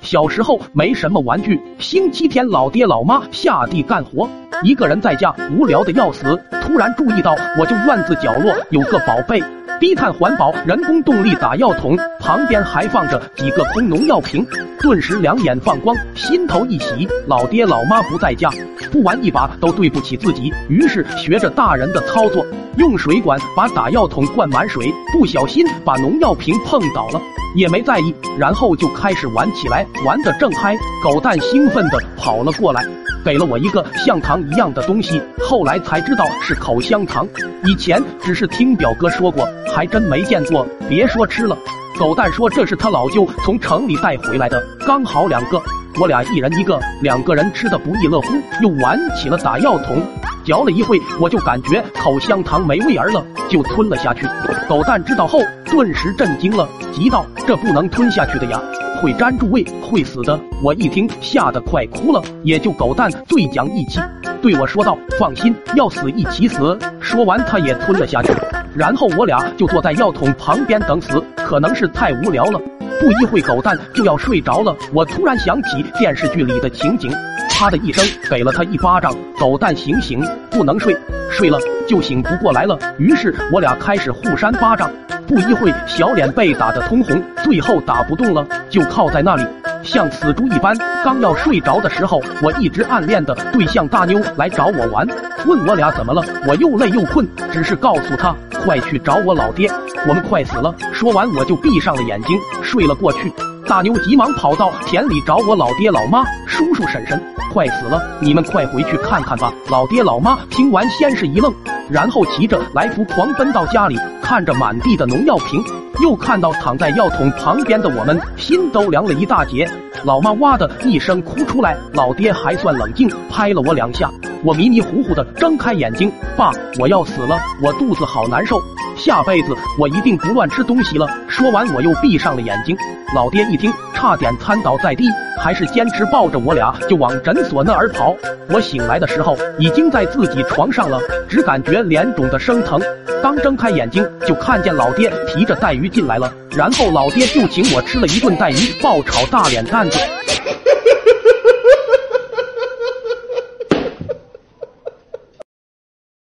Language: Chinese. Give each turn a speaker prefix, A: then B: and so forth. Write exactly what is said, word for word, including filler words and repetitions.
A: 小时候没什么玩具，星期天老爹老妈下地干活，一个人在家无聊的要死，突然注意到我就院子角落有个宝贝低碳环保人工动力打药桶，旁边还放着几个空农药瓶，顿时两眼放光，心头一喜，老爹老妈不在家，不玩一把都对不起自己，于是学着大人的操作，用水管把打药桶灌满水，不小心把农药瓶碰倒了，也没在意，然后就开始玩起来，玩得正嗨，狗蛋兴奋地跑了过来，给了我一个像糖一样的东西，后来才知道是口香糖，以前只是听表哥说过，还真没见过，别说吃了。狗蛋说这是他老舅从城里带回来的，刚好两个，我俩一人一个，两个人吃得不亦乐乎，又玩起了打药桶，嚼了一会，我就感觉口香糖没味儿了，就吞了下去。狗蛋知道后顿时震惊了，急道这不能吞下去的呀，会粘住胃，会死的。我一听吓得快哭了，也就狗蛋最讲义气，对我说道放心，要死一起死。说完他也吞了下去，然后我俩就坐在药桶旁边等死，可能是太无聊了，不一会狗蛋就要睡着了，我突然想起电视剧里的情景，啪的一声给了他一巴掌，狗蛋醒醒，不能睡，睡了就醒不过来了，于是我俩开始互扇巴掌，不一会小脸被打得通红，最后打不动了，就靠在那里像死猪一般。刚要睡着的时候，我一直暗恋的对象大妞来找我玩，问我俩怎么了，我又累又困，只是告诉她快去找我老爹，我们快死了。说完我就闭上了眼睛睡了过去。大妞急忙跑到田里找我老爹老妈，叔叔婶婶快死了，你们快回去看看吧。老爹老妈听完先是一愣，然后骑着来福狂奔到家里，看着满地的农药瓶，又看到躺在药桶旁边的我们，心都凉了一大截。老妈哇的一声哭出来，老爹还算冷静，拍了我两下，我迷迷糊糊的睁开眼睛，爸，我要死了，我肚子好难受，下辈子我一定不乱吃东西了。说完我又闭上了眼睛。老爹一听差点瘫倒在地，还是坚持抱着我俩就往诊所那儿跑。我醒来的时候已经在自己床上了，只感觉脸肿得生疼，刚睁开眼睛就看见老爹提着带鱼进来了，然后老爹就请我吃了一顿带鱼爆炒大脸蛋子。